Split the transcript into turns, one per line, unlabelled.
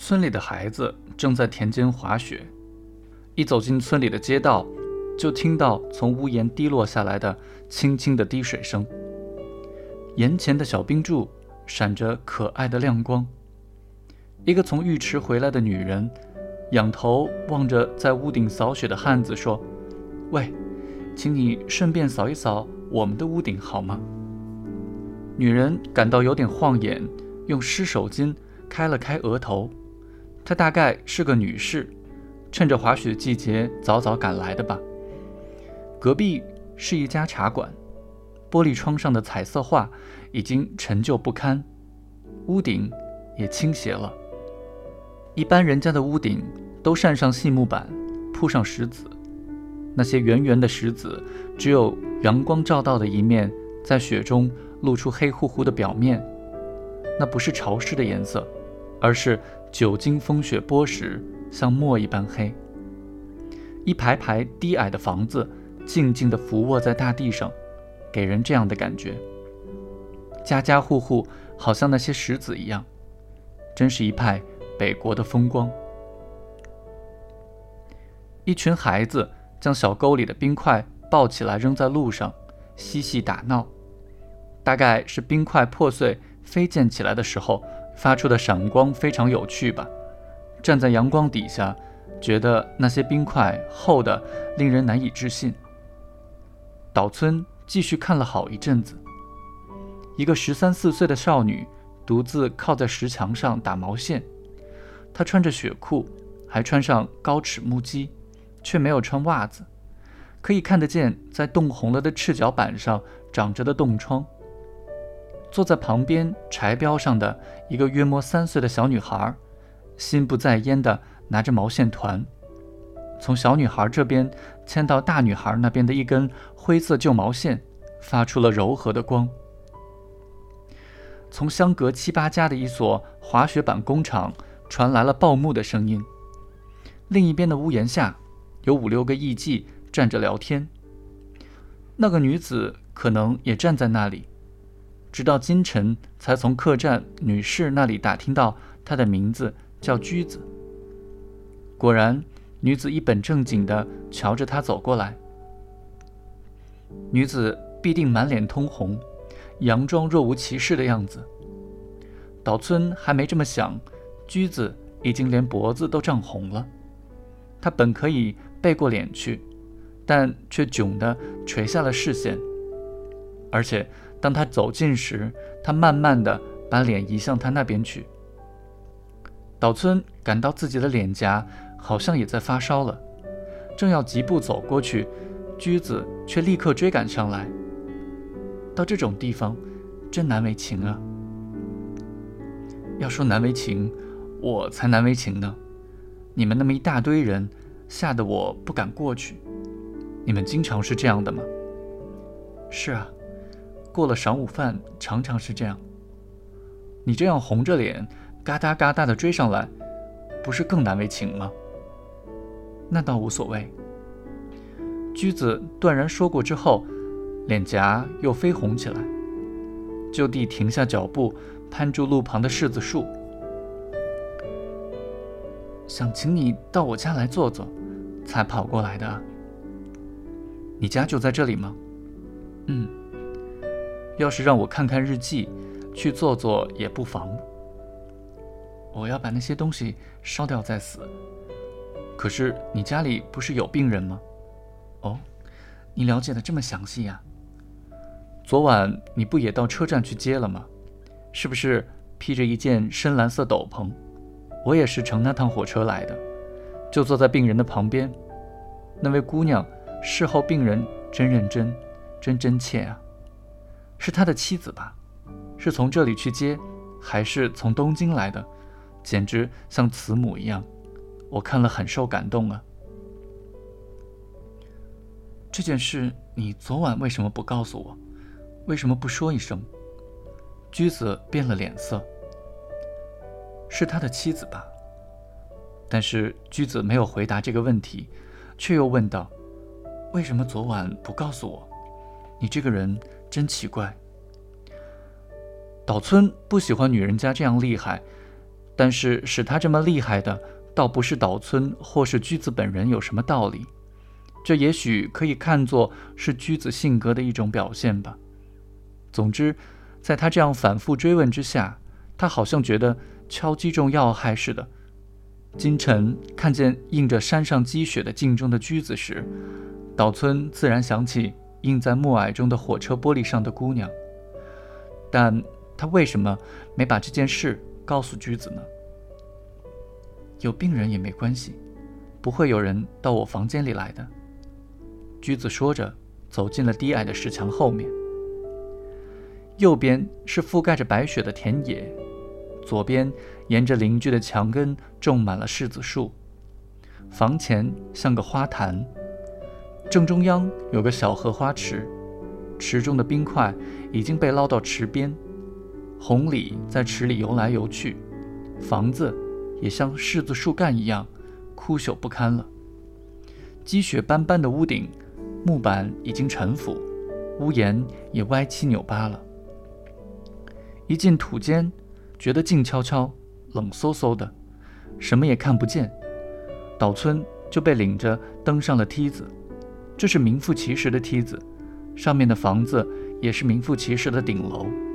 村里的孩子正在田间滑雪，一走进村里的街道，就听到从屋檐滴落下来的轻轻的滴水声。檐前的小冰柱闪着可爱的亮光。一个从浴池回来的女人仰头望着在屋顶扫雪的汉子说：“喂，请你顺便扫一扫我们的屋顶好吗？”女人感到有点晃眼，用湿手巾开了开额头。她大概是个女士，趁着滑雪季节早早赶来的吧。隔壁是一家茶馆，玻璃窗上的彩色画已经陈旧不堪，屋顶也倾斜了。一般人家的屋顶都扇上细木板，铺上石子，那些圆圆的石子只有阳光照到的一面在雪中露出黑乎乎的表面，那不是潮湿的颜色，而是久经风雪剥蚀，像墨一般黑。一排排低矮的房子静静地伏卧在大地上，给人这样的感觉。家家户户好像那些石子一样，真是一派北国的风光。一群孩子将小沟里的冰块抱起来扔在路上，嬉戏打闹。大概是冰块破碎飞溅起来的时候发出的闪光非常有趣吧。站在阳光底下，觉得那些冰块厚得令人难以置信。岛村继续看了好一阵子。一个13、14岁的少女独自靠在石墙上打毛线，她穿着雪裤，还穿上高尺木屐，却没有穿袜子，可以看得见在冻红了的赤脚板上长着的冻疮。坐在旁边柴标上的一个约莫3岁的小女孩，心不在焉地拿着毛线团，从小女孩这边牵到大女孩那边的一根灰色旧毛线，发出了柔和的光。从相隔7、8家的一所滑雪板工厂传来了报幕的声音。另一边的屋檐下有5、6个艺妓站着聊天。那个女子可能也站在那里，直到今晨才从客栈女士那里打听到她的名字叫驹子。果然，女子一本正经地瞧着她走过来。女子必定满脸通红，佯装若无其事的样子。岛村还没这么想，驹子已经连脖子都涨红了。她本可以背过脸去，但却窘地垂下了视线。而且当她走近时，她慢慢地把脸移向她那边去。岛村感到自己的脸颊好像也在发烧了，正要疾步走过去，驹子却立刻追赶上来。到这种地方真难为情啊。要说难为情，我才难为情呢。你们那么一大堆人，吓得我不敢过去。你们经常是这样的吗？是啊，过了晌午饭常常是这样。你这样红着脸嘎哒嘎哒地追上来，不是更难为情吗？那倒无所谓。驹子断然说过之后，脸颊又绯红起来，就地停下脚步，攀住路旁的柿子树。想请你到我家来坐坐，才跑过来的。你家就在这里吗？要是让我看看日记，去坐坐也不妨。我要把那些东西烧掉再死。可是你家里不是有病人吗？哦，你了解得这么详细呀。昨晚你不也到车站去接了吗？是不是披着一件深蓝色斗篷？我也是乘那趟火车来的，就坐在病人的旁边。那位姑娘侍候病人真认真，真真切啊。是他的妻子吧？是从这里去接，还是从东京来的？简直像慈母一样，我看了很受感动啊。这件事你昨晚为什么不告诉我？为什么不说一声？驹子变了脸色。是他的妻子吧？但是驹子没有回答这个问题，却又问道：为什么昨晚不告诉我？你这个人真奇怪。岛村不喜欢女人家这样厉害， 但是使他这么厉害的，倒不是岛村或是驹子本人有什么道理，这也许可以看作是驹子性格的一种表现吧。总之，在他这样反复追问之下，他好像觉得敲击中要害似的。金晨看见映着山上积雪的镜中的驹子时，岛村自然想起映在暮霭中的火车玻璃上的姑娘，但他为什么没把这件事告诉驹子呢？有病人也没关系，不会有人到我房间里来的。驹子说着，走进了低矮的石墙后面。右边是覆盖着白雪的田野，左边沿着邻居的墙根种满了柿子树，房前像个花坛，正中央有个小荷花池，池中的冰块已经被捞到池边，红鲤在池里游来游去，房子也像柿子树干一样枯朽不堪了。积雪斑斑的屋顶，木板已经陈腐，屋檐也歪七扭八了。一进土间，觉得静悄悄、冷飕飕的，什么也看不见。岛村就被领着登上了梯子，这是名副其实的梯子，上面的房子也是名副其实的顶楼。